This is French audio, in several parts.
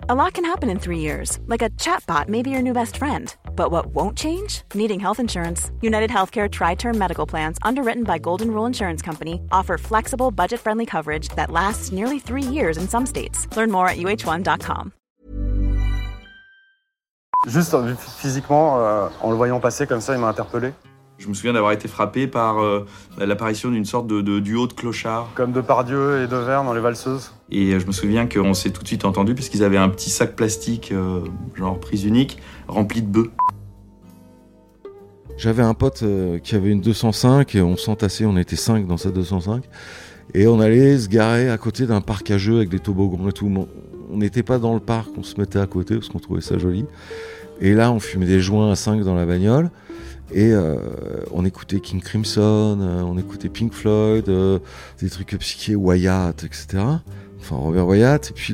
A lot can happen in 3 years, like a chatbot may be your new best friend. But what won't change? Needing health insurance. United Healthcare Tri-Term Medical Plans, underwritten by Golden Rule Insurance Company, offer flexible, budget-friendly coverage that lasts nearly 3 years in some states. Learn more at uh1.com. Juste physiquement, en le voyant passer comme ça, il m'a interpellé. Je me souviens d'avoir été frappé par l'apparition d'une sorte de duo de clochards. Comme Depardieu et Devers dans Les Valseuses. Et je me souviens qu'on s'est tout de suite entendu puisqu'ils avaient un petit sac plastique, genre prise unique, rempli de bœufs. J'avais un pote qui avait une 205 et on s'entassait, on était 5 dans sa 205. Et on allait se garer à côté d'un parc à jeux avec des toboggans et tout. On n'était pas dans le parc, on se mettait à côté parce qu'on trouvait ça joli. Et là, on fumait des joints à 5 dans la bagnole. Et on écoutait King Crimson, on écoutait Pink Floyd, des trucs psyché, Wyatt, etc. Enfin, Robert Wyatt. Et puis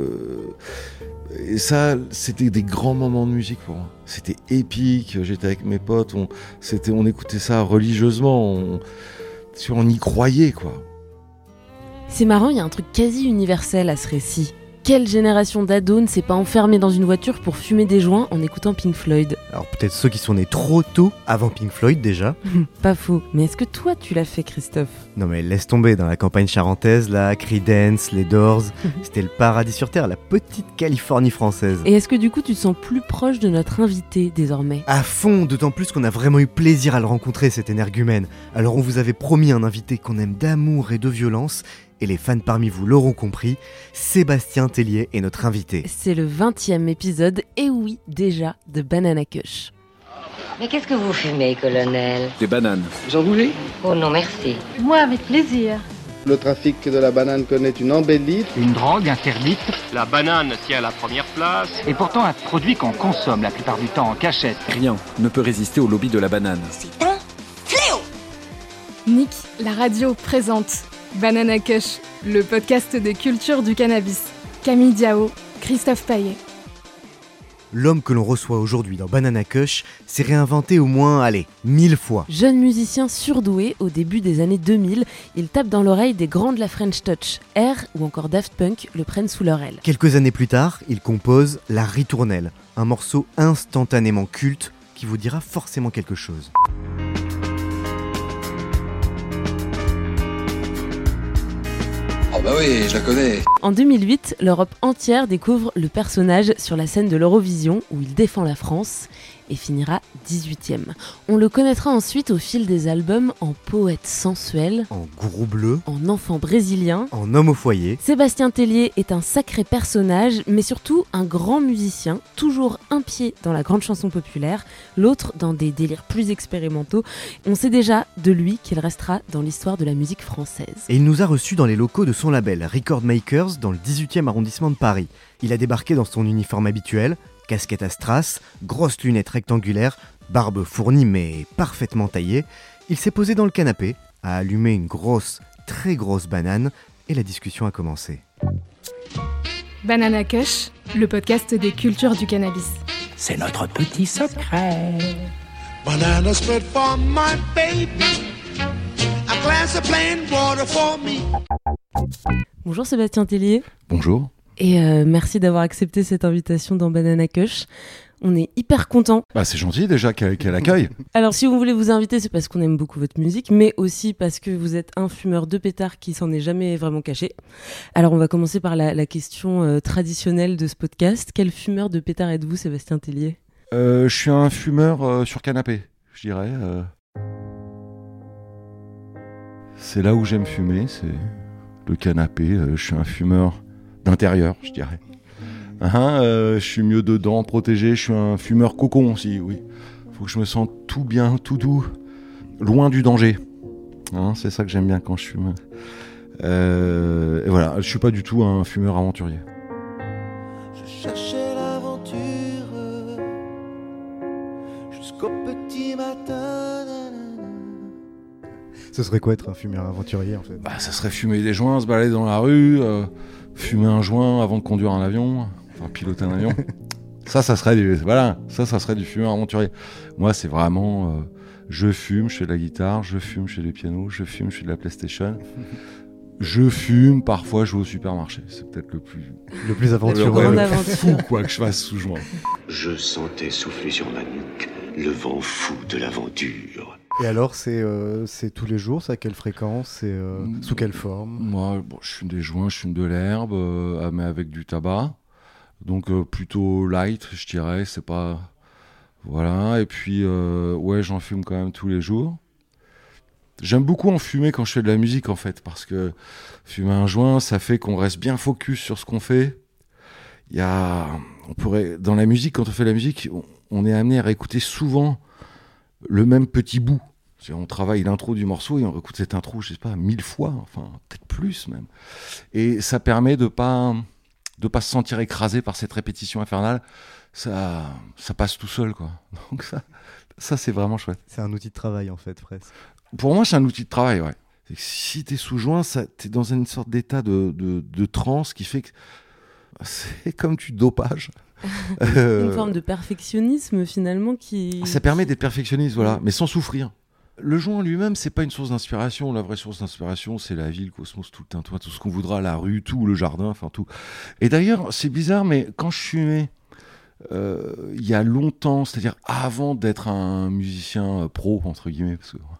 et ça, c'était des grands moments de musique pour moi. C'était épique. J'étais avec mes potes, on écoutait ça religieusement. On y croyait, quoi. C'est marrant, il y a un truc quasi universel à ce récit. Quelle génération d'ados ne s'est pas enfermée dans une voiture pour fumer des joints en écoutant Pink Floyd ? Alors peut-être ceux qui sont nés trop tôt, avant Pink Floyd déjà. Pas faux. Mais est-ce que toi tu l'as fait, Christophe ? Non mais laisse tomber, dans la campagne charentaise, là, Creedence, les Doors, c'était le paradis sur terre, la petite Californie française. Et est-ce que du coup tu te sens plus proche de notre invité désormais ? À fond, d'autant plus qu'on a vraiment eu plaisir à le rencontrer, cet énergumène. Alors on vous avait promis un invité qu'on aime d'amour et de violence, et les fans parmi vous l'auront compris, Sébastien Tellier est notre invité. C'est le 20e épisode, et oui, déjà, de Banana Kush. Mais qu'est-ce que vous fumez, colonel ? Des bananes. Vous en voulez ? Oh non, merci. Moi, avec plaisir. Le trafic de la banane connaît une embellie. Une drogue interdite. La banane tient la première place. Et pourtant un produit qu'on consomme la plupart du temps en cachette. Rien ne peut résister au lobby de la banane. C'est un fléau ! Nick, la radio présente Banana Kush, le podcast des cultures du cannabis. Camille Diao, Christophe Paillet. L'homme que l'on reçoit aujourd'hui dans Banana Kush s'est réinventé au moins, 1000 fois. Jeune musicien surdoué au début des années 2000, il tape dans l'oreille des grands de la French Touch. R ou encore Daft Punk le prennent sous leur aile. Quelques années plus tard, il compose La Ritournelle, un morceau instantanément culte qui vous dira forcément quelque chose. Oh bah oui, je la connais. En 2008, l'Europe entière découvre le personnage sur la scène de l'Eurovision où il défend la France et finira 18e. On le connaîtra ensuite au fil des albums en poète sensuel, en gourou bleu, en enfant brésilien, en homme au foyer. Sébastien Tellier est un sacré personnage, mais surtout un grand musicien, toujours un pied dans la grande chanson populaire, l'autre dans des délires plus expérimentaux. On sait déjà de lui qu'il restera dans l'histoire de la musique française. Et il nous a reçus dans les locaux de son label Record Makers dans le 18e arrondissement de Paris. Il a débarqué dans son uniforme habituel, casquette à strass, grosses lunettes rectangulaires, barbe fournie mais parfaitement taillée. Il s'est posé dans le canapé, a allumé une grosse, très grosse banane et la discussion a commencé. Banana Kush, le podcast des cultures du cannabis. C'est notre petit secret. Banana split for my baby. A glass of plain water for me. Bonjour Sébastien Tellier. Bonjour. Et merci d'avoir accepté cette invitation dans Banana Kush. On est hyper contents. Bah c'est gentil déjà qu'elle accueille. Alors si on voulait vous inviter, c'est parce qu'on aime beaucoup votre musique, mais aussi parce que vous êtes un fumeur de pétard qui s'en est jamais vraiment caché. Alors on va commencer par la question traditionnelle de ce podcast. Quel fumeur de pétard êtes-vous, Sébastien Tellier ? Je suis un fumeur sur canapé, je dirais. C'est là où j'aime fumer, c'est le canapé. Je suis un fumeur d'intérieur, je dirais. Je suis mieux dedans, protégé. Je suis un fumeur cocon aussi, oui. Faut que je me sente tout bien, tout doux, loin du danger. C'est ça que j'aime bien quand je fume. Et voilà, je suis pas du tout un fumeur aventurier. Je cherchais l'aventure jusqu'au petit matin. Ce serait quoi être un fumeur aventurier en fait ? Bah, ça serait fumer des joints, se balader dans la rue, fumer un joint avant de conduire un avion, enfin piloter un avion. ça serait du fumeur aventurier. Moi, c'est vraiment, je fume, je fais de la guitare, je fume, je fais du piano, je fume, je fais de la PlayStation. Je fume, parfois je vais au supermarché. C'est peut-être le plus aventureux. Le plus fou quoi, que je fasse sous joint. Je sentais souffler sur ma nuque le vent fou de l'aventure. Et alors, c'est tous les jours, c'est à quelle fréquence, c'est sous quelle forme? Moi, je fume des joints, je fume de l'herbe, mais avec du tabac. Donc plutôt light, je dirais, c'est pas... Voilà, et puis j'en fume quand même tous les jours. J'aime beaucoup en fumer quand je fais de la musique en fait, parce que fumer un joint, ça fait qu'on reste bien focus sur ce qu'on fait. Dans la musique, quand on fait de la musique, on est amené à réécouter souvent le même petit bout. On travaille l'intro du morceau et on réécoute cette intro, je sais pas, 1000 fois, enfin peut-être plus même. Et ça permet de pas se sentir écrasé par cette répétition infernale. Ça passe tout seul, quoi. Donc ça c'est vraiment chouette. C'est un outil de travail en fait, presque. Pour moi, c'est un outil de travail, ouais. C'est que si t'es sous joint, t'es dans une sorte d'état de transe qui fait que c'est comme du dopage. Une forme de perfectionnisme finalement qui... Ça permet d'être perfectionniste, voilà, mais sans souffrir. Le joint en lui-même, c'est pas une source d'inspiration. La vraie source d'inspiration, c'est la vie, le cosmos, tout le tintouin, tout ce qu'on voudra, la rue, tout, le jardin, enfin tout. Et d'ailleurs, c'est bizarre, mais quand je fumais, il y a longtemps, c'est-à-dire avant d'être un musicien pro, entre guillemets,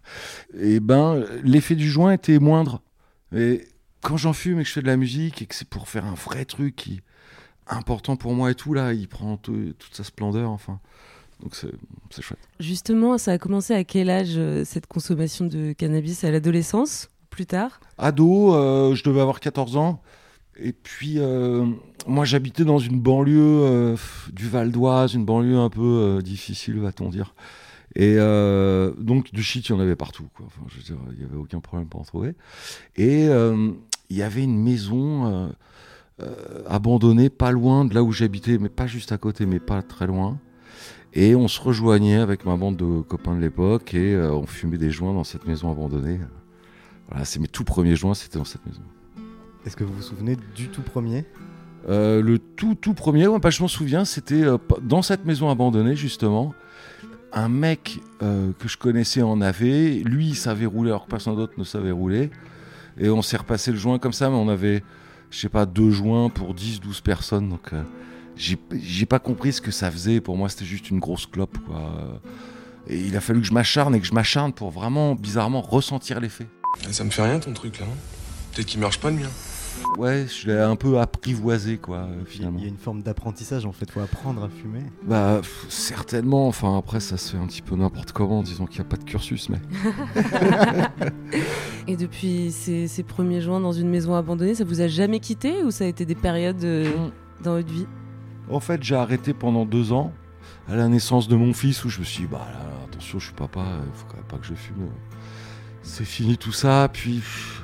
l'effet du joint était moindre. Et quand j'en fume et que je fais de la musique et que c'est pour faire un vrai truc qui est important pour moi et tout, là, il prend toute sa splendeur, enfin. Donc c'est chouette. Justement, ça a commencé à quel âge cette consommation de cannabis? À l'adolescence? Plus tard? Ado, je devais avoir 14 ans. Et puis, moi, j'habitais dans une banlieue du Val d'Oise, une banlieue un peu difficile, va-t-on dire. Et donc, du shit, il y en avait partout, quoi. Enfin, je veux dire, il n'y avait aucun problème pour en trouver. Et il y avait une maison abandonnée, pas loin de là où j'habitais, mais pas juste à côté, mais pas très loin. Et on se rejoignait avec ma bande de copains de l'époque et on fumait des joints dans cette maison abandonnée. Voilà, c'est mes tout premiers joints, c'était dans cette maison. Est-ce que vous vous souvenez du tout premier? Le tout premier, je m'en souviens, c'était dans cette maison abandonnée justement. Un mec que je connaissais en avait, lui il savait rouler alors que personne d'autre ne savait rouler. Et on s'est repassé le joint comme ça, mais on avait, je sais pas, 2 joints pour 10-12 personnes, donc... J'ai pas compris ce que ça faisait. Pour moi, c'était juste une grosse clope, quoi. Et il a fallu que je m'acharne pour vraiment, bizarrement, ressentir l'effet. Ça me fait rien ton truc là. Peut-être qu'il marche pas le mien. Ouais, je l'ai un peu apprivoisé, quoi, finalement. Il y a une forme d'apprentissage, en fait. Faut apprendre à fumer. Certainement. Enfin, après, ça se fait un petit peu n'importe comment. Disons qu'il n'y a pas de cursus, mais... Et depuis ces premiers joints dans une maison abandonnée, ça vous a jamais quitté ou ça a été des périodes dans votre vie? En fait, j'ai arrêté pendant 2 ans, à la naissance de mon fils, où je me suis dit, attention, je suis papa, il faut quand même pas que je fume. C'est fini tout ça, puis...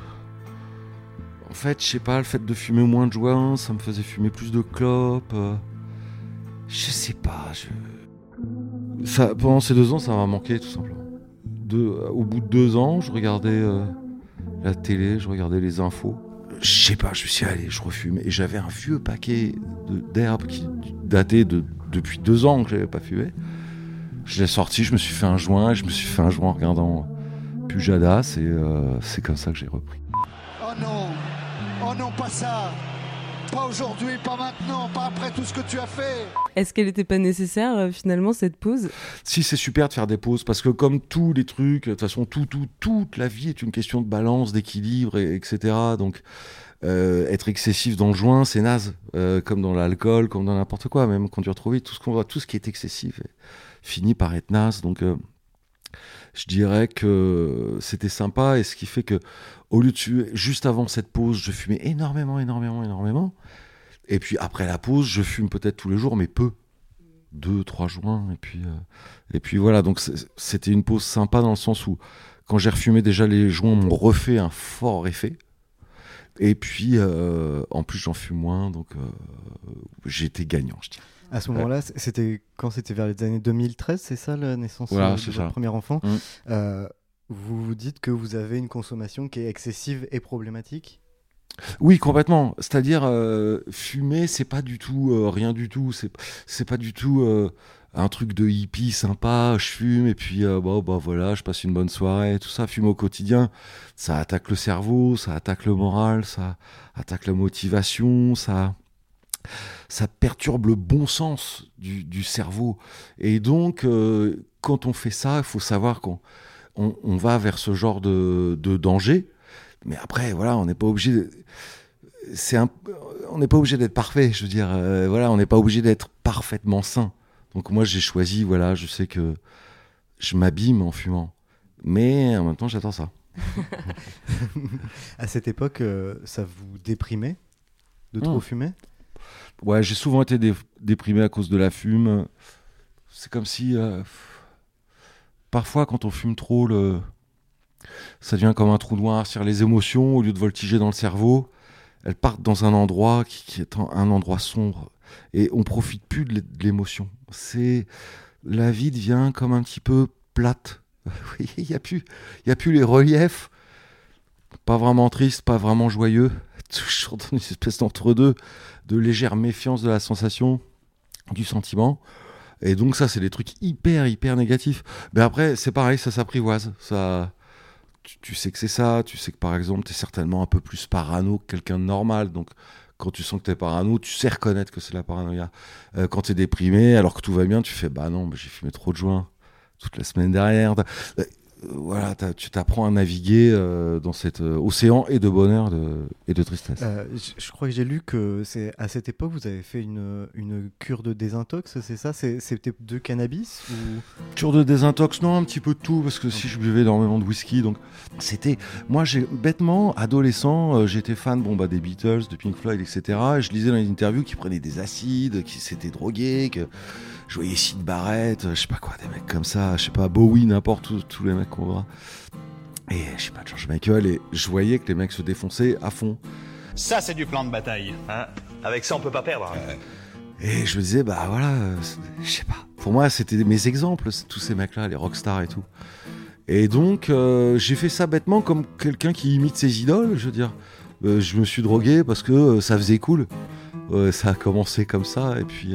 En fait, je sais pas, le fait de fumer moins de joints, ça me faisait fumer plus de clopes. Je sais pas, pendant ces 2 ans, ça m'a manqué, tout simplement. Au bout de 2 ans, je regardais la télé, je regardais les infos. Je sais pas, je me suis dit, allez, je refume. Et j'avais un vieux paquet d'herbe qui datait depuis 2 ans que j'avais pas fumé. Je l'ai sorti, je me suis fait un joint, en regardant Pujadas, et c'est comme ça que j'ai repris. Oh non, pas ça. Pas aujourd'hui, pas maintenant, pas après tout ce que tu as fait. Est-ce qu'elle n'était pas nécessaire, finalement, cette pause? Si, c'est super de faire des pauses, parce que comme tous les trucs, de toute façon, toute la vie est une question de balance, d'équilibre, etc. Donc, être excessif dans le joint, c'est naze. Comme dans l'alcool, comme dans n'importe quoi, même conduire trop vite, tout ce qui est excessif finit par être naze. Donc, je dirais que c'était sympa, et ce qui fait que, au lieu de fumer, juste avant cette pause, je fumais énormément. Et puis après la pause, je fume peut-être tous les jours, mais peu. 2-3 joints, et puis voilà. Donc c'était une pause sympa dans le sens où, quand j'ai refumé, déjà les joints m'ont refait un fort effet. Et puis, en plus, j'en fume moins, donc j'ai été gagnant, je dirais. À ce moment-là, c'était vers les années 2013, c'est ça la naissance de votre premier enfant. Vous vous dites que vous avez une consommation qui est excessive et problématique? Oui, complètement. C'est-à-dire, fumer, c'est pas du tout rien du tout. C'est pas du tout un truc de hippie sympa, je fume et puis voilà, je passe une bonne soirée, tout ça. Fumer au quotidien, ça attaque le cerveau, ça attaque le moral, ça attaque la motivation, ça perturbe le bon sens du cerveau. Et donc, quand on fait ça, il faut savoir qu'on va vers ce genre de danger. Mais après, voilà, on n'est pas obligé on n'est pas obligé d'être parfait, je veux dire. On n'est pas obligé d'être parfaitement sain. Donc moi, j'ai choisi, voilà, je sais que je m'abîme en fumant. Mais en même temps, j'attends ça. À cette époque, ça vous déprimait de trop fumer ? Ouais, j'ai souvent été déprimé à cause de la fume. C'est comme si... parfois, quand on fume trop, ça devient comme un trou noir. C'est-à-dire les émotions, au lieu de voltiger dans le cerveau, elles partent dans un endroit qui est un endroit sombre. Et on profite plus de l'émotion. La vie devient comme un petit peu plate. Il n'y a plus les reliefs. Pas vraiment triste, pas vraiment joyeux. Toujours dans une espèce d'entre-deux, de légère méfiance de la sensation, du sentiment. Et donc ça, c'est des trucs hyper négatifs. Mais après, c'est pareil, ça s'apprivoise. Ça, tu sais que c'est ça. Tu sais que par exemple, tu es certainement un peu plus parano que quelqu'un de normal. Donc quand tu sens que tu es parano, tu sais reconnaître que c'est la paranoïa. Quand tu es déprimé, alors que tout va bien, tu fais bah non, j'ai fumé trop de joints toute la semaine derrière. Voilà, tu t'apprends à naviguer dans cet océan et de bonheur et de tristesse. Je crois que j'ai lu que c'est à cette époque vous avez fait une cure de désintox, c'est ça ? C'était de cannabis ou... Cure de désintox, non, un petit peu de tout, parce que si je buvais énormément de whisky, donc c'était... Moi, bêtement, adolescent, j'étais fan des Beatles, de Pink Floyd, etc. Et je lisais dans les interviews qu'ils prenaient des acides, qu'ils s'étaient drogués, que... Je voyais Syd Barrett, je sais pas quoi, des mecs comme ça, je sais pas, Bowie, n'importe où, tous les mecs qu'on voit. Et je sais pas, George Michael, et je voyais que les mecs se défonçaient à fond. Ça, c'est du plan de bataille. Hein, avec ça, on peut pas perdre. Et je me disais, bah voilà, je sais pas. Pour moi, c'était mes exemples, tous ces mecs-là, les rockstars et tout. Et donc, j'ai fait ça bêtement comme quelqu'un qui imite ses idoles, je veux dire. Je me suis drogué parce que ça faisait cool. Ça a commencé comme ça, et puis...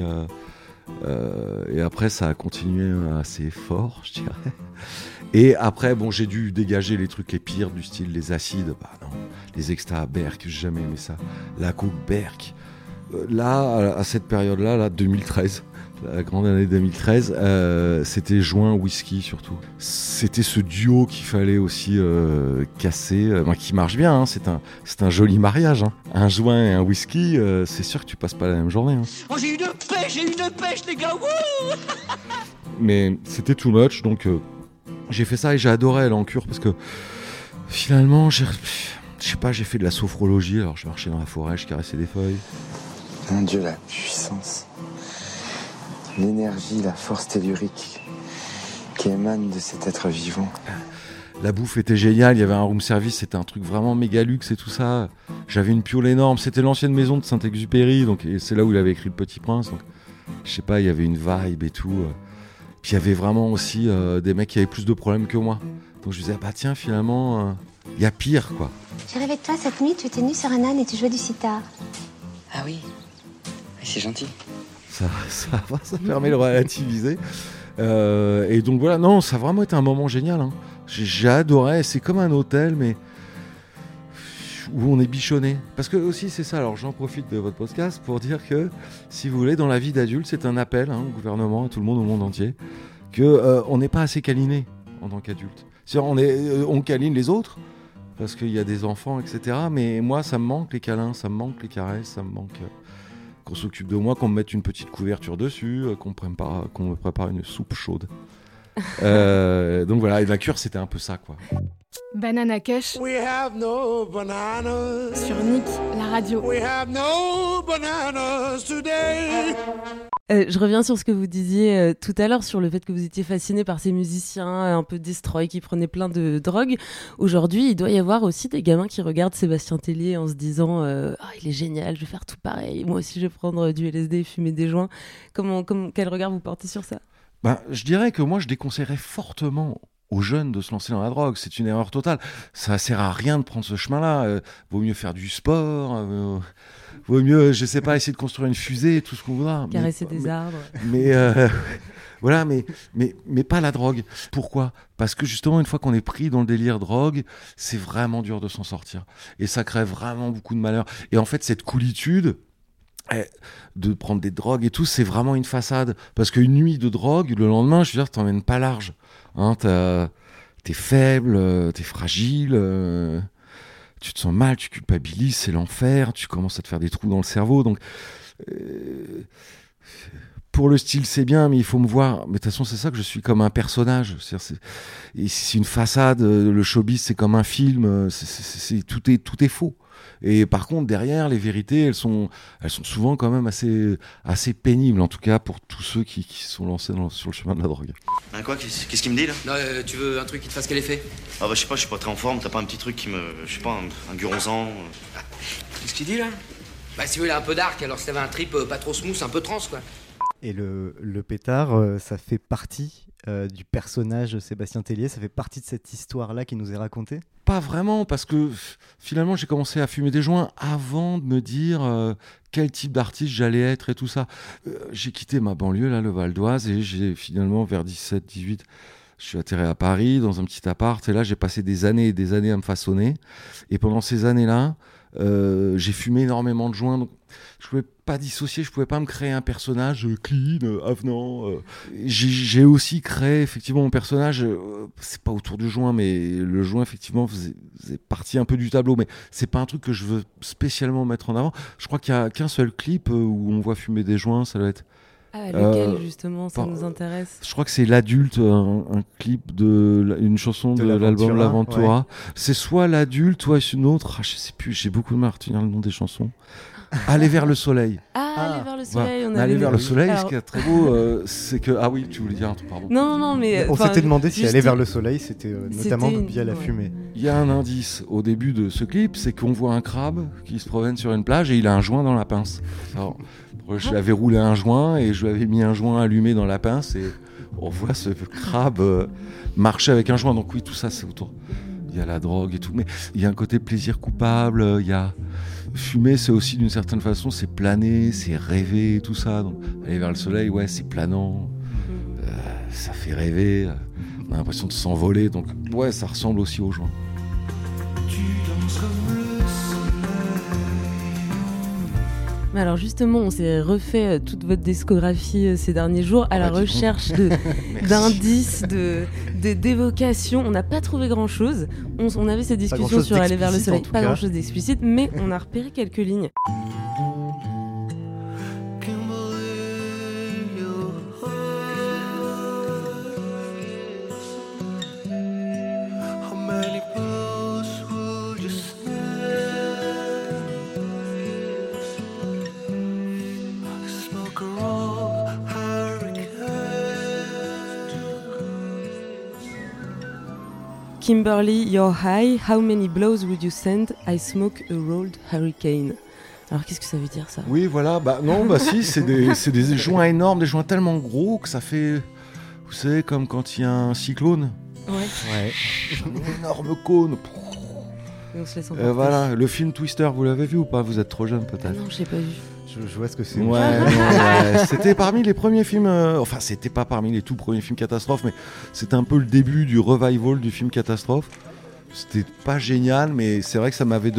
et après ça a continué assez fort, je dirais. Et après j'ai dû dégager les trucs les pires, du style les acides, les extra Berk, j'ai jamais aimé ça, la coke Berk. Là, à cette période-là, 2013, la grande année 2013, c'était joint whisky surtout. C'était ce duo qu'il fallait aussi casser, qui marche bien, hein, c'est un joli mariage. Hein. Un joint et un whisky, c'est sûr que tu passes pas la même journée. Hein. Oh, j'ai une pêche, les gars, wouh. Mais c'était too much, donc j'ai fait ça et j'ai adoré aller en cure parce que finalement, je sais pas, j'ai fait de la sophrologie, alors je marchais dans la forêt, je caressais des feuilles. Mon Dieu, la puissance, l'énergie, la force tellurique qui émane de cet être vivant. La bouffe était géniale, il y avait un room service, c'était un truc vraiment méga luxe et tout ça. J'avais une piole énorme, c'était l'ancienne maison de Saint-Exupéry, donc, et c'est là où il avait écrit Le Petit Prince. Donc, je sais pas, il y avait une vibe et tout. Puis il y avait vraiment aussi des mecs qui avaient plus de problèmes que moi. Donc je me disais, tiens, finalement, il y a pire, quoi. J'ai rêvé de toi cette nuit, tu étais nu sur un âne et tu jouais du sitar. Ah oui, c'est gentil. Ça permet de relativiser. Et donc voilà, non, ça a vraiment été un moment génial. Hein. J'ai adoré, c'est comme un hôtel, mais où on est bichonné. Parce que aussi, c'est ça, alors j'en profite de votre podcast pour dire que, si vous voulez, dans la vie d'adulte, c'est un appel au gouvernement, à tout le monde, au monde entier, qu'on n'est pas assez câliné en tant qu'adulte. C'est-à-dire, on câline les autres, parce qu'il y a des enfants, etc. Mais moi, ça me manque les câlins, ça me manque les caresses, ça me manque qu'on s'occupe de moi, qu'on me mette une petite couverture dessus, qu'on me prépare une soupe chaude. Donc voilà, et la cure, c'était un peu ça, quoi. Banana Kush. We have no bananas. Sur Nick, la radio. We have no bananas today. Je reviens sur ce que vous disiez tout à l'heure sur le fait que vous étiez fasciné par ces musiciens un peu destroy qui prenaient plein de drogue. Aujourd'hui, il doit y avoir aussi des gamins qui regardent Sébastien Tellier en se disant il est génial, je vais faire tout pareil. Moi aussi, je vais prendre du LSD et fumer des joints. Quel regard vous portez sur ça ? Je dirais que moi, je déconseillerais fortement aux jeunes de se lancer dans la drogue. C'est une erreur totale. Ça sert à rien de prendre ce chemin-là. Vaut mieux faire du sport. Vaut mieux, je sais pas, essayer de construire une fusée, tout ce qu'on voudra. Caresser des arbres. Mais Voilà, mais pas la drogue. Pourquoi ? Parce que justement, une fois qu'on est pris dans le délire drogue, c'est vraiment dur de s'en sortir. Et ça crée vraiment beaucoup de malheur. Et en fait, cette coolitude de prendre des drogues et tout, c'est vraiment une façade. Parce qu'une nuit de drogue, le lendemain, je veux dire, t'emmènes pas large. Hein, t'es faible, t'es fragile, tu te sens mal, tu culpabilises, c'est l'enfer, tu commences à te faire des trous dans le cerveau. Donc, pour le style, c'est bien, mais il faut me voir. Mais de toute façon, c'est ça que je suis comme un personnage. C'est une façade, le showbiz, c'est comme un film, tout est faux. Et par contre, derrière, les vérités, elles sont souvent quand même assez pénibles, en tout cas pour tous ceux qui sont lancés sur le chemin de la drogue. Hein, quoi ? Qu'est-ce qu'il me dit, là ? Non, tu veux un truc qui te fasse quel effet ? Ah bah je sais pas, je suis pas très en forme, t'as pas un petit truc qui me... Je sais pas, un guronzan Qu'est-ce qu'il dit, là ? Bah si vous, il a un peu dark, alors si t'avais un trip pas trop smooth, un peu trans, quoi. Et le pétard, ça fait partie du personnage Sébastien Tellier, ça fait partie de cette histoire-là qui nous est racontée ? Pas vraiment, parce que finalement j'ai commencé à fumer des joints avant de me dire quel type d'artiste j'allais être et tout ça. J'ai quitté ma banlieue, là, le Val d'Oise, et j'ai finalement, vers 17-18, je suis atterré à Paris, dans un petit appart, et là j'ai passé des années et des années à me façonner. Et pendant ces années-là, j'ai fumé énormément de joints, donc je pouvais pas dissocier, je pouvais pas me créer un personnage clean, avenant. J'ai aussi créé effectivement mon personnage, c'est pas autour du joint, mais le joint effectivement faisait partie un peu du tableau, mais c'est pas un truc que je veux spécialement mettre en avant. Je crois qu'il y a qu'un seul clip où on voit fumer des joints, ça doit être... Ah, lequel justement, ça nous intéresse. Je crois que c'est L'Adulte, un clip une chanson de l'album L'Aventura. Ouais. C'est soit L'Adulte, soit une autre, je sais plus, j'ai beaucoup de mal à retenir le nom des chansons. Aller vers le soleil. Aller vers le soleil, on a Aller vers le soleil, ce qui est très beau, c'est que... Ah oui, tu voulais dire un truc, pardon. Non, mais... On s'était demandé si Aller vers le soleil, c'était notamment via la fumée. Il y a un indice au début de ce clip, c'est qu'on voit un crabe qui se promène sur une plage et il a un joint dans la pince. Alors, je lui avais roulé un joint et je lui avais mis un joint allumé dans la pince et on voit ce crabe marcher avec un joint. Donc oui, tout ça, c'est autour. Il y a la drogue et tout, mais il y a un côté plaisir coupable, il y a... Fumer, c'est aussi d'une certaine façon, c'est planer, c'est rêver, tout ça. Donc, aller vers le soleil, ouais, c'est planant, ça fait rêver, on a l'impression de s'envoler. Donc, ouais, ça ressemble aussi au joint. Tu danses comme le Mais alors justement, on s'est refait toute votre discographie ces derniers jours à la recherche d'indices, d'évocations. On n'a pas trouvé grand-chose. On avait cette discussion sur Aller vers le soleil, pas grand-chose d'explicite, mais on a repéré quelques lignes. Kimberly, you're high. How many blows would you send? I smoke a rolled hurricane. Alors qu'est-ce que ça veut dire ça ? Oui, voilà. Si, c'est des joints énormes, des joints tellement gros que ça fait, vous savez, comme quand il y a un cyclone. Ouais. Un énorme cône. Et on se laisse emporter. Voilà, le film Twister, vous l'avez vu ou pas ? Vous êtes trop jeune peut-être. Non, je l'ai pas vu. Je vois ce que c'est. Ouais. C'était parmi les premiers films. Enfin, c'était pas parmi les tout premiers films catastrophes, mais c'était un peu le début du revival du film catastrophe. C'était pas génial, mais c'est vrai que ça m'avait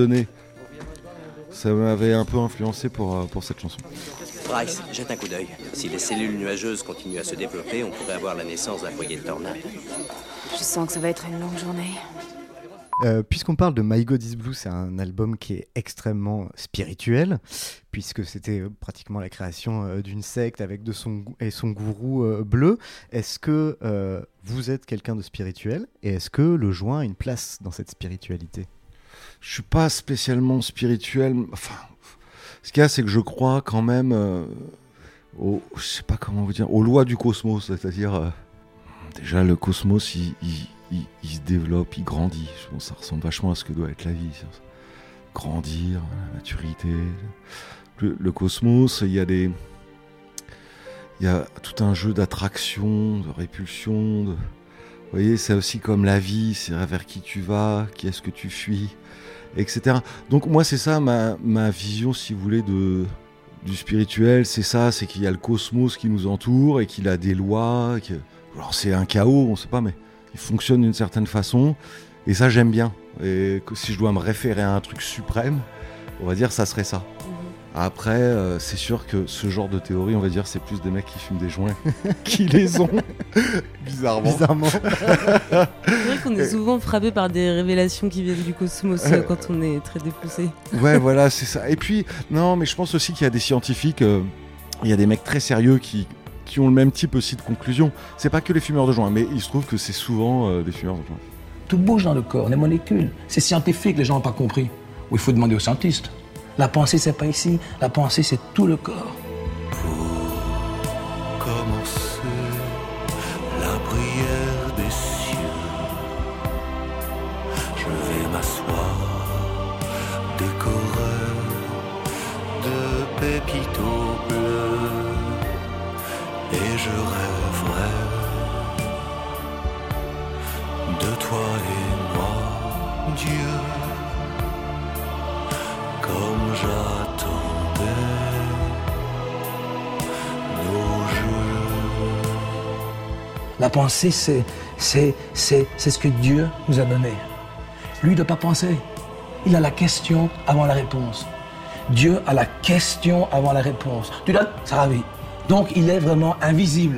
un peu influencé pour cette chanson. Bryce, jette un coup d'œil. Si les cellules nuageuses continuent à se développer, on pourrait avoir la naissance d'un foyer de tornade. Je sens que ça va être une longue journée. Puisqu'on parle de My God is Blue, c'est un album qui est extrêmement spirituel, puisque c'était pratiquement la création d'une secte avec son gourou bleu. Est-ce que vous êtes quelqu'un de spirituel et est-ce que le joint a une place dans cette spiritualité ? Je suis pas spécialement spirituel. Enfin, ce qu'il y a, c'est que je crois quand même je sais pas comment vous dire, aux lois du cosmos, c'est-à-dire déjà le cosmos, il se développe, il grandit. Je pense que ça ressemble vachement à ce que doit être la vie. Grandir, la maturité. Le cosmos, il y a tout un jeu d'attraction, de répulsion. Vous voyez, c'est aussi comme la vie, c'est vers qui tu vas, qui est-ce que tu fuis, etc. Donc moi, c'est ça ma vision, si vous voulez, de du spirituel, c'est ça, c'est qu'il y a le cosmos qui nous entoure et qu'il a des lois. Alors c'est un chaos, on sait pas, mais il fonctionne d'une certaine façon. Et ça, j'aime bien. Et que si je dois me référer à un truc suprême, on va dire ça serait ça. Après, c'est sûr que ce genre de théorie, on va dire, c'est plus des mecs qui fument des joints qui les ont. Bizarrement. C'est vrai qu'on est souvent frappé par des révélations qui viennent du cosmos quand on est très défoncé. Ouais, voilà, c'est ça. Et puis, non, mais je pense aussi qu'il y a des scientifiques, il y a des mecs très sérieux qui ont le même type aussi de conclusion. C'est pas que les fumeurs de joints, mais il se trouve que c'est souvent des fumeurs de joints. Tout bouge dans le corps, les molécules. C'est scientifique, les gens n'ont pas compris. Ou il faut demander aux scientistes. La pensée, c'est pas ici. La pensée, c'est tout le corps. Pour commencer la prière des cieux, je vais m'asseoir, décoré de pépitos bleus, et je rêverai de toi et moi, Dieu. Comme j'attendais nos jeux. La pensée, c'est ce que Dieu nous a donné. Lui ne doit pas penser. Il a la question avant la réponse. Dieu a la question avant la réponse. Tu donnes, ça va vite. Donc il est vraiment invisible.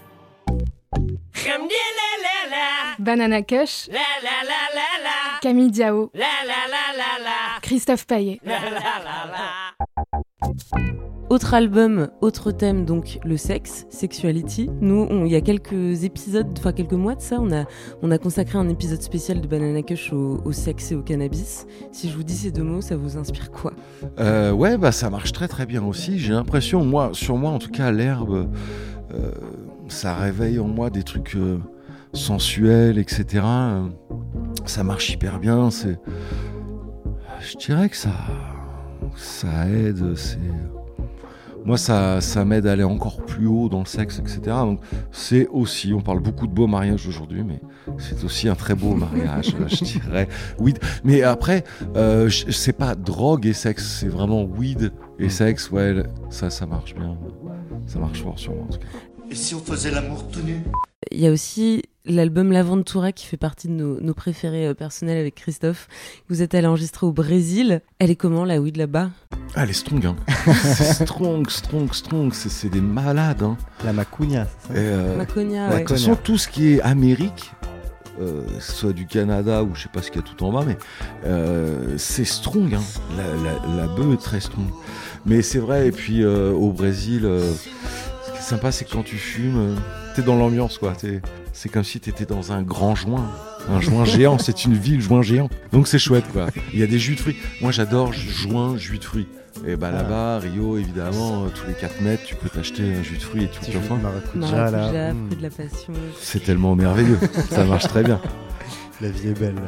Banana Kush, Camille Diao, Christophe Paillet. Autre album, autre thème, donc le sexe, sexuality. Nous, il y a quelques épisodes, enfin quelques mois de ça, on a consacré un épisode spécial de Banana Kush au sexe et au cannabis. Si je vous dis ces deux mots, ça vous inspire quoi ? Ouais, bah ça marche très très bien aussi. J'ai l'impression, sur moi en tout cas, l'herbe, ça réveille en moi des trucs sensuels, etc. Ça marche hyper bien. Je dirais que ça aide. Moi, ça m'aide à aller encore plus haut dans le sexe, etc. Donc, c'est aussi, on parle beaucoup de beaux mariages aujourd'hui, mais c'est aussi un très beau mariage, je dirais. Weed. Mais après, c'est pas drogue et sexe, c'est vraiment weed et sexe. Ouais, ça marche bien. Ça marche fort sur moi, en tout cas. Et si on faisait l'amour tout nu ? Il y a aussi l'album L'Aventura qui fait partie de nos préférés personnels avec Christophe. Vous êtes allé enregistrer au Brésil. Elle est comment la weed là-bas ? Ah, elle est strong, hein. C'est strong. C'est des malades, hein. La maconha, c'est ça ? Maconha, ouais. ouais. De toute façon, tout ce qui est Amérique, soit du Canada ou je sais pas ce qu'il y a tout en bas, mais c'est strong, hein. La bœuf est très strong. Mais c'est vrai, et puis au Brésil, ce qui est sympa, c'est que quand tu fumes, t'es dans l'ambiance, quoi. C'est comme si t'étais dans un grand joint. Un joint géant, c'est une ville joint géant. Donc c'est chouette, quoi. Il y a des jus de fruits. Moi, j'adore joint, jus de fruits. Et bah là-bas, Rio, évidemment, tous les 4 mètres, tu peux t'acheter un jus de fruits et tout. Maracuja, fruit de la passion. C'est tellement merveilleux. Ça marche très bien. La vie est belle.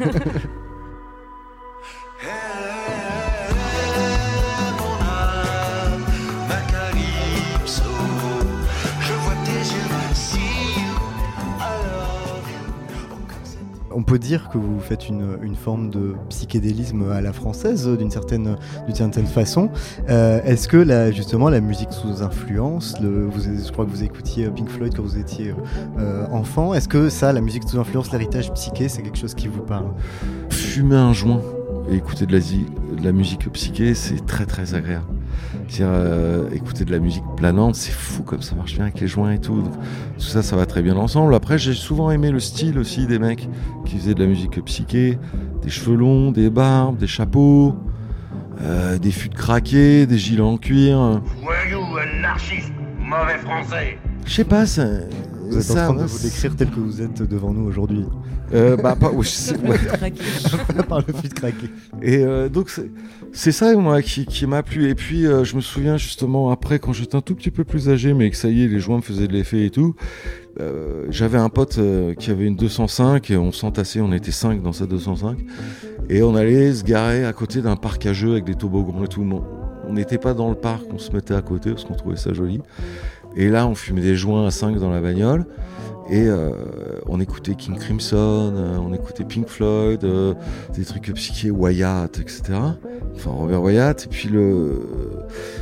On peut dire que vous faites une forme de psychédélisme à la française, d'une certaine façon. Est-ce que justement la musique sous influence, je crois que vous écoutiez Pink Floyd quand vous étiez enfant, est-ce que ça, la musique sous influence, l'héritage psyché, c'est quelque chose qui vous parle ? Fumer un joint et écouter de la musique psyché, c'est très très agréable. C'est-à-dire, écouter de la musique planante, c'est fou comme ça marche bien avec les joints et tout. Donc, tout ça, ça va très bien ensemble. Après, j'ai souvent aimé le style aussi des mecs qui faisaient de la musique psyché, des cheveux longs, des barbes, des chapeaux, des fûts craqués, des gilets en cuir. Voyou, anarchiste, mauvais français. Je sais pas, ça. Vous êtes en train de vous décrire tel que vous êtes devant nous aujourd'hui. Par le fût craqué. Et donc c'est ça moi qui m'a plu. Et puis je me souviens justement après quand j'étais un tout petit peu plus âgé, mais que ça y est, les joints me faisaient de l'effet et tout. J'avais un pote qui avait une 205 et on s'entassait, on était 5 dans sa 205 et on allait se garer à côté d'un parc à jeux avec des toboggans et tout. On n'était pas dans le parc, on se mettait à côté parce qu'on trouvait ça joli. Et là, on fumait des joints à 5 dans la bagnole. Et on écoutait King Crimson, on écoutait Pink Floyd, des trucs psychés, Wyatt, etc. Enfin, Robert Wyatt. Et puis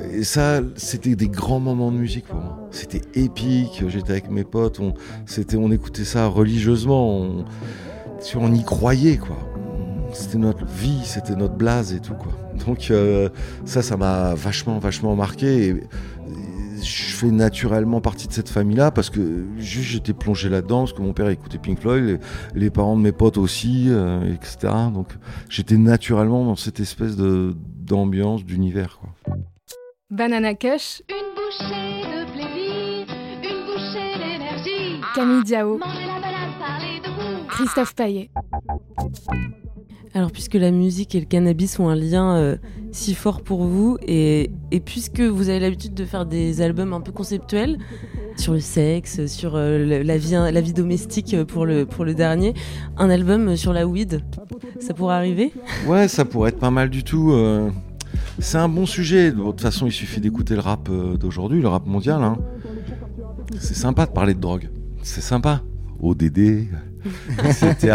Et ça, c'était des grands moments de musique pour moi. C'était épique, j'étais avec mes potes, on écoutait ça religieusement, on y croyait, quoi. C'était notre vie, c'était notre blase et tout, quoi. Donc ça m'a vachement marqué. Et je fais naturellement partie de cette famille-là parce que juste j'étais plongé là-dedans, parce que mon père écoutait Pink Floyd, les parents de mes potes aussi, etc. Donc j'étais naturellement dans cette espèce d'ambiance, d'univers, quoi. Banana Kush. Une bouchée de plaisir, une bouchée d'énergie. Camille Diao. Manger la banane, parler de vous. Christophe Payet. Alors, puisque la musique et le cannabis ont un lien si fort pour vous, et puisque vous avez l'habitude de faire des albums un peu conceptuels sur le sexe, sur la vie domestique pour le dernier, un album sur la weed, ça pourrait arriver ? Ouais, ça pourrait être pas mal du tout. C'est un bon sujet. De toute façon, il suffit d'écouter le rap d'aujourd'hui, le rap mondial. Hein. C'est sympa de parler de drogue. C'est sympa. ODD, etc.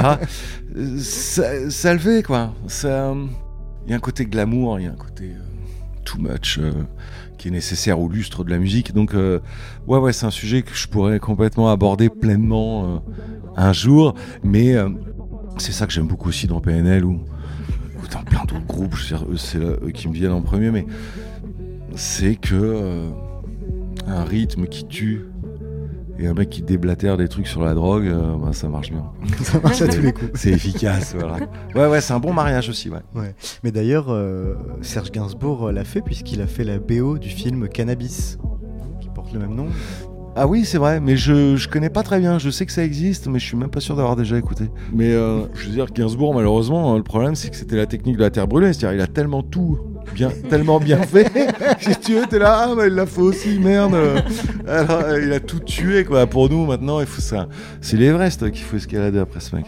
Ça le fait, quoi. Il y a un côté glamour, il y a un côté too much qui est nécessaire au lustre de la musique. Donc, ouais, c'est un sujet que je pourrais complètement aborder pleinement un jour. Mais c'est ça que j'aime beaucoup aussi dans PNL ou dans plein d'autres groupes. Je veux dire, c'est eux qui me viennent en premier, mais c'est que un rythme qui tue et un mec qui déblatère des trucs sur la drogue, ça marche bien. Ça marche à tous les coups. C'est efficace, voilà. Ouais, c'est un bon mariage aussi, ouais. Mais d'ailleurs, Serge Gainsbourg l'a fait puisqu'il a fait la BO du film Cannabis, qui porte le même nom. Ah oui, c'est vrai, mais je connais pas très bien. Je sais que ça existe, mais je suis même pas sûr d'avoir déjà écouté. Mais je veux dire, Gainsbourg, malheureusement, le problème, c'est que c'était la technique de la terre brûlée. C'est-à-dire, il a tellement tellement bien fait. Si tu veux, t'es là, il l'a fait aussi, merde. Alors, il a tout tué, quoi. Pour nous, maintenant, il faut ça. C'est l'Everest qu'il faut escalader après ce mec.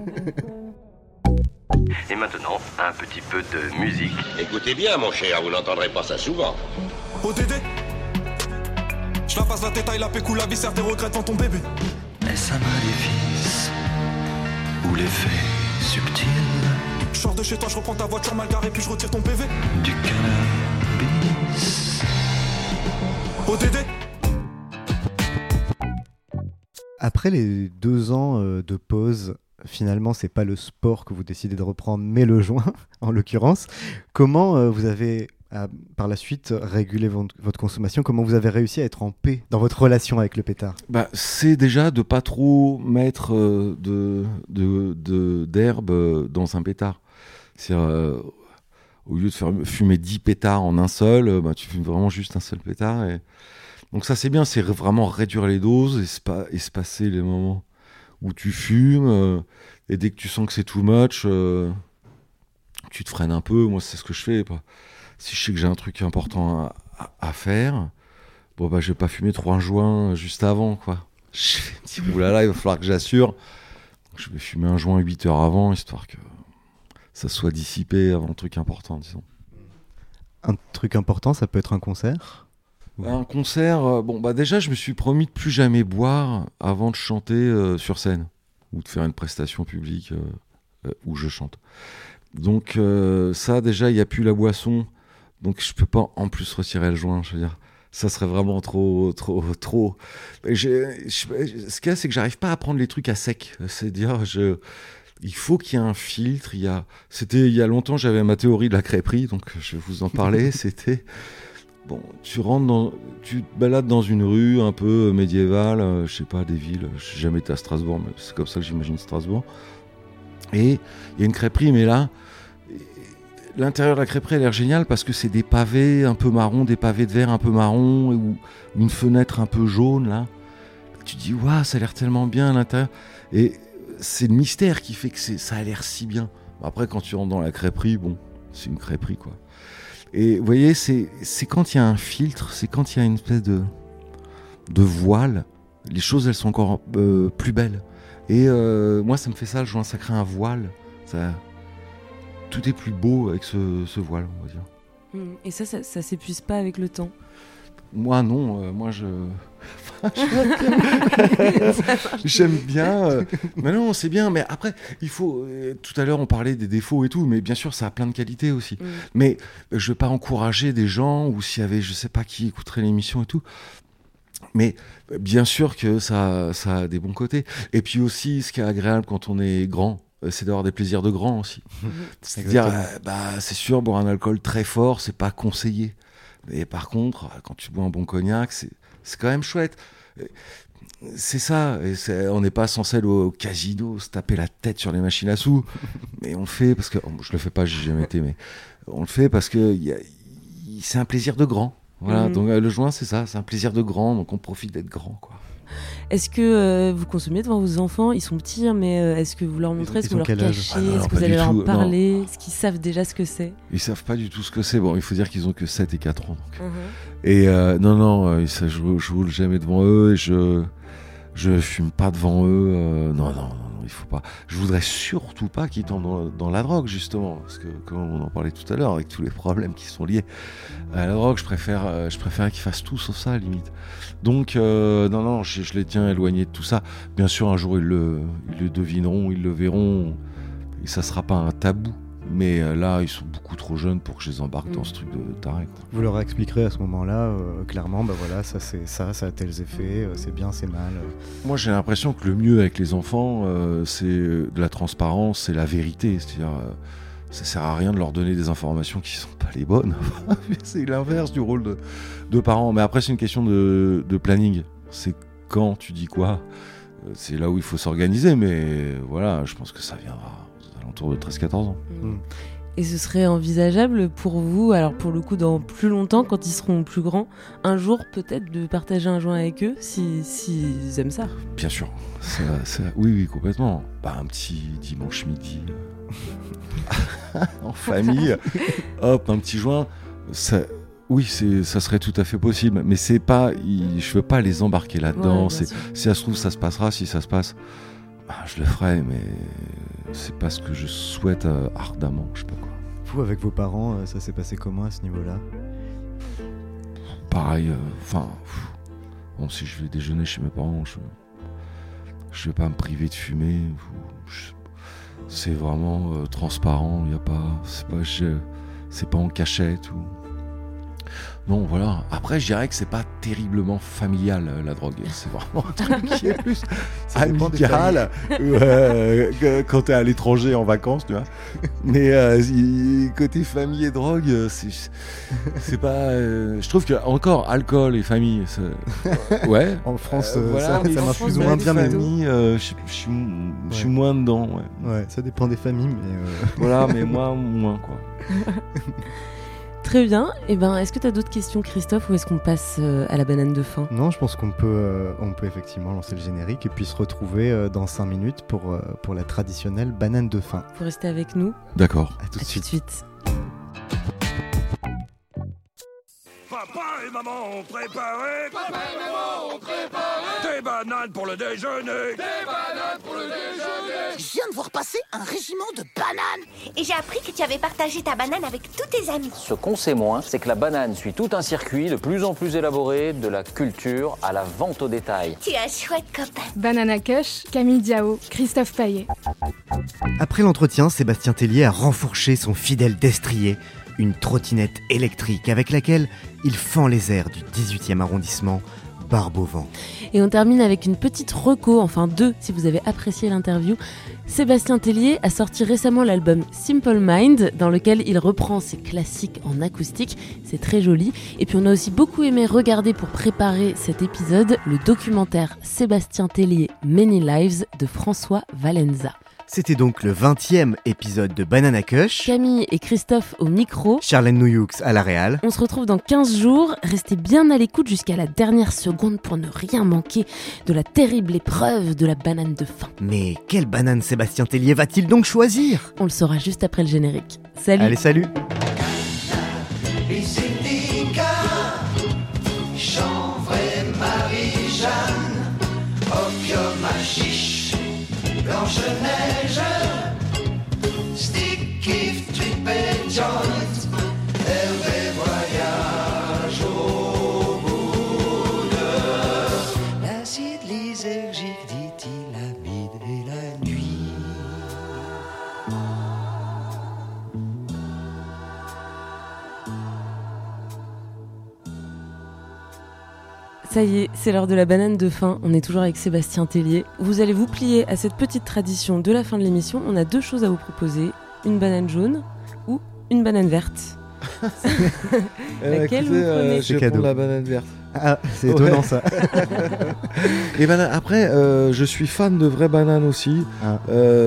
Et maintenant, un petit peu de musique. Écoutez bien, mon cher, vous n'entendrez pas ça souvent. ODD, je la passe la tête, la pécou, la viscère, tes regrets devant ton bébé. Est-ce un maléfice ou l'effet subtil? Je sors de chez toi, je reprends ta voiture mal garée, puis je retire ton PV. Du cannabis. ODD. Après les 2 ans de pause, finalement, c'est pas le sport que vous décidez de reprendre, mais le joint, en l'occurrence. Comment vous avez, par la suite, régulé votre consommation? Comment vous avez réussi à être en paix dans votre relation avec le pétard? C'est déjà de pas trop mettre d'herbe dans un pétard. C'est-à-dire, au lieu de fumer 10 pétards en un seul, tu fumes vraiment juste un seul pétard. Donc ça, c'est bien, c'est vraiment réduire les doses, espacer les moments où tu fumes, et dès que tu sens que c'est too much, tu te freines un peu. Moi, c'est ce que je fais. Si je sais que j'ai un truc important à faire, je vais pas fumer 3 joints juste avant, quoi. Je me dis, oulala, il va falloir que j'assure. Donc, je vais fumer un joint 8 heures avant, histoire que ça soit dissipé avant le truc important, disons. Un truc important, ça peut être un concert? Un concert, déjà, je me suis promis de plus jamais boire avant de chanter sur scène, ou de faire une prestation publique où je chante. Donc ça, déjà, il n'y a plus la boisson, donc je peux pas en plus retirer le joint, je veux dire. Ça serait vraiment trop. Ce qu'il y a, c'est que j'arrive pas à prendre les trucs à sec. C'est-à-dire, il faut qu'il y ait un filtre. Il y a longtemps, j'avais ma théorie de la crêperie, donc je vais vous en parler. C'était, tu te balades dans une rue un peu médiévale, je sais pas, des villes. Je suis jamais été à Strasbourg, mais c'est comme ça que j'imagine Strasbourg. Et il y a une crêperie, mais là, l'intérieur de la crêperie a l'air génial parce que c'est des pavés un peu marron, des pavés de verre un peu marron, ou une fenêtre un peu jaune, là. Tu te dis, waouh, ça a l'air tellement bien à l'intérieur. Et c'est le mystère qui fait que ça a l'air si bien. Après, quand tu rentres dans la crêperie, c'est une crêperie, quoi. Et vous voyez, c'est quand il y a un filtre, c'est quand il y a une espèce de voile, les choses, elles sont encore plus belles. Et moi, ça me fait ça, le joint, ça crée un voile. Tout est plus beau avec ce voile, on va dire. Et ça s'épuise pas avec le temps? Moi, non. J'aime bien. Mais non, c'est bien. Mais après, il faut. Tout à l'heure, on parlait des défauts et tout, mais bien sûr, ça a plein de qualités aussi. Mais je veux pas encourager des gens ou s'il y avait, je sais pas qui écouterait l'émission et tout. Mais bien sûr que ça a des bons côtés. Et puis aussi, ce qui est agréable quand on est grand, c'est d'avoir des plaisirs de grand aussi. C'est-à-dire, c'est sûr, boire un alcool très fort, c'est pas conseillé. Mais par contre, quand tu bois un bon cognac, c'est quand même chouette. C'est ça. On n'est pas censé aller au casino, se taper la tête sur les machines à sous. Mais on le fait parce que... je le fais pas, j'ai jamais été, mais on le fait parce que c'est un plaisir de grand. Voilà, donc le joint, c'est ça, c'est un plaisir de grand, donc on profite d'être grand, quoi. Est-ce que vous consommez devant vos enfants? Ils sont petits, mais est-ce que vous leur montrez? Est-ce que vous leur cachez? Est-ce que vous allez leur en parler? Est-ce qu'ils savent déjà ce que c'est? Ils savent pas du tout ce que c'est. Bon, il faut dire qu'ils ont que 7 et 4 ans. Donc. Et non, je roule jamais devant eux et je fume pas devant eux. Non, il faut pas. Je voudrais surtout pas qu'ils tombent dans la drogue, justement, parce que comme on en parlait tout à l'heure, avec tous les problèmes qui sont liés à la drogue, je préfère qu'ils fassent tout sauf ça, limite. Donc non, je les tiens éloignés de tout ça. Bien sûr, un jour ils le devineront, ils le verront, et ça sera pas un tabou. Mais là, ils sont beaucoup trop jeunes pour que je les embarque dans ce truc de taré. Vous leur expliquerez à ce moment-là, clairement, voilà, ça c'est ça a tels effets, c'est bien, c'est mal. Moi, j'ai l'impression que le mieux avec les enfants, c'est de la transparence, c'est la vérité. C'est-à-dire, ça sert à rien de leur donner des informations qui sont pas les bonnes. C'est l'inverse du rôle de parents. Mais après, c'est une question de planning. C'est quand tu dis quoi. C'est là où il faut s'organiser. Mais voilà, je pense que ça viendra autour de 13-14 ans. Et ce serait envisageable pour vous, alors pour le coup dans plus longtemps, quand ils seront plus grands, un jour peut-être de partager un joint avec eux, s'ils aiment ça? Bien sûr, oui, complètement. Un petit dimanche midi, en famille, hop, un petit joint, oui, ça serait tout à fait possible, mais c'est pas, je veux pas les embarquer là-dedans. Si ça se trouve, ça se passera, si ça se passe, je le ferai, mais c'est pas ce que je souhaite ardemment, je sais pas quoi. Vous, avec vos parents, ça s'est passé comment à ce niveau-là? Pareil, si je vais déjeuner chez mes parents, je vais pas me priver de fumer. C'est vraiment transparent, y a pas, c'est pas en cachette ou. Non, voilà. Après, je dirais que c'est pas terriblement familial, la drogue. C'est vraiment un truc qui est plus amical quand t'es à l'étranger en vacances, tu vois. Mais côté famille et drogue, c'est pas... je trouve que encore alcool et famille, ouais. En France, voilà, ça marche plus ou moins bien. Famille, je suis moins dedans, ouais. Ouais, ça dépend des familles, mais... Voilà, mais moi, moins, quoi. Très bien. Est-ce que tu as d'autres questions, Christophe, ou est-ce qu'on passe à la banane de fin? Non, je pense qu'on peut effectivement lancer le générique et puis se retrouver dans 5 minutes pour la traditionnelle banane de fin. Faut rester avec nous. D'accord. À tout de suite. Papa et maman ont préparé. Papa et maman ont préparé. Des bananes pour le déjeuner. Des bananes pour le déjeuner. Je viens de voir passer un régiment de bananes. Et j'ai appris que tu avais partagé ta banane avec tous tes amis. Ce qu'on sait moins, c'est que la banane suit tout un circuit de plus en plus élaboré, de la culture à la vente au détail. Tu es un chouette copain. Banana Kush, Camille Diao, Christophe Payet. Après l'entretien, Sébastien Tellier a renfourché son fidèle destrier, une trottinette électrique avec laquelle il fend les airs du 18e arrondissement, barbe au vent. Et on termine avec une petite reco, enfin 2 si vous avez apprécié l'interview. Sébastien Tellier a sorti récemment l'album Simple Mind, dans lequel il reprend ses classiques en acoustique. C'est très joli. Et puis on a aussi beaucoup aimé regarder pour préparer cet épisode le documentaire Sébastien Tellier Many Lives de François Valenza. C'était donc le 20e épisode de Banana Kush. Camille et Christophe au micro. Charlène Nouyoux à la réal. On se retrouve dans 15 jours. Restez bien à l'écoute jusqu'à la dernière seconde pour ne rien manquer de la terrible épreuve de la banane de fin. Mais quelle banane Sébastien Tellier va-t-il donc choisir? On le saura juste après le générique. Salut. Allez, salut. Chanvre et Marie-Jeanne, opium à chiche, Blanche-Neige, stick, if, trip et joint, Hervé voyage au bout de Ça y est, c'est l'heure de la banane de fin. On est toujours avec Sébastien Tellier. Vous allez vous plier à cette petite tradition de la fin de l'émission. On a 2 choses à vous proposer. Une banane jaune ou une banane verte. Laquelle vous prenez? Je vais prendre la banane verte. Ah, c'est étonnant ça. Et après, je suis fan de vraies bananes aussi. Ah.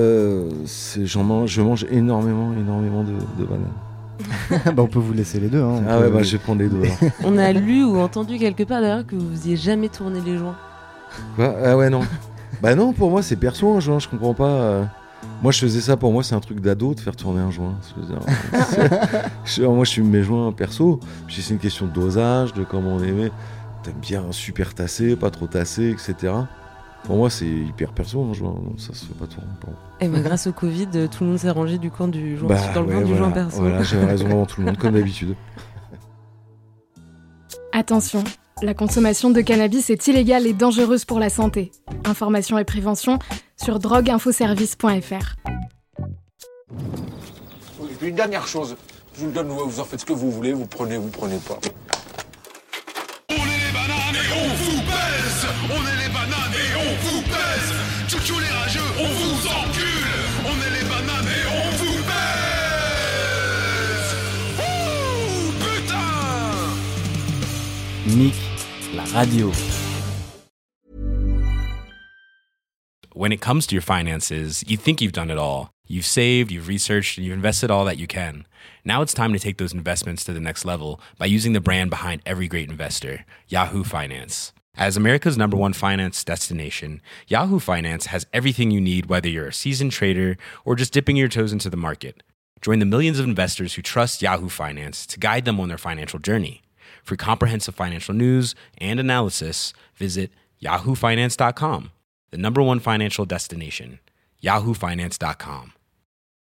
Je mange énormément de bananes. On peut vous laisser les deux. Hein. Je vais prendre les deux. On a lu ou entendu quelque part d'ailleurs que vous faisiez jamais tourner les joints. Quoi? Ah ouais, non. Bah non, pour moi c'est perso un joint, je comprends pas. Moi je faisais ça, pour moi c'est un truc d'ado de faire tourner un joint. Moi je fume mes joints perso, puis c'est une question de dosage, de comment on aimait. T'aimes bien super tassé, pas trop tassé, etc. Pour moi c'est hyper perso un joint, donc ça se fait pas tourner. Et grâce au Covid, tout le monde s'est rangé du camp du joint, dans le camp du joint perso. Voilà, j'avais raison avant tout le monde, comme d'habitude. Attention, la consommation de cannabis est illégale et dangereuse pour la santé. Information et prévention sur drogueinfoservice.fr. Et puis une dernière chose, je vous le donne, vous en faites ce que vous voulez, vous prenez pas. On est les bananes et on vous baise. On est les bananes et on vous baise. Tchou les rageux, on vous encule. On est les bananes et on vous baise. Ouh, putain. Nick, la radio. When it comes to your finances, you think you've done it all. You've saved, you've researched, and you've invested all that you can. Now it's time to take those investments to the next level by using the brand behind every great investor, Yahoo Finance. As America's #1 finance destination, Yahoo Finance has everything you need, whether you're a seasoned trader or just dipping your toes into the market. Join the millions of investors who trust Yahoo Finance to guide them on their financial journey. For comprehensive financial news and analysis, visit yahoofinance.com. The #1 financial destination, yahoofinance.com.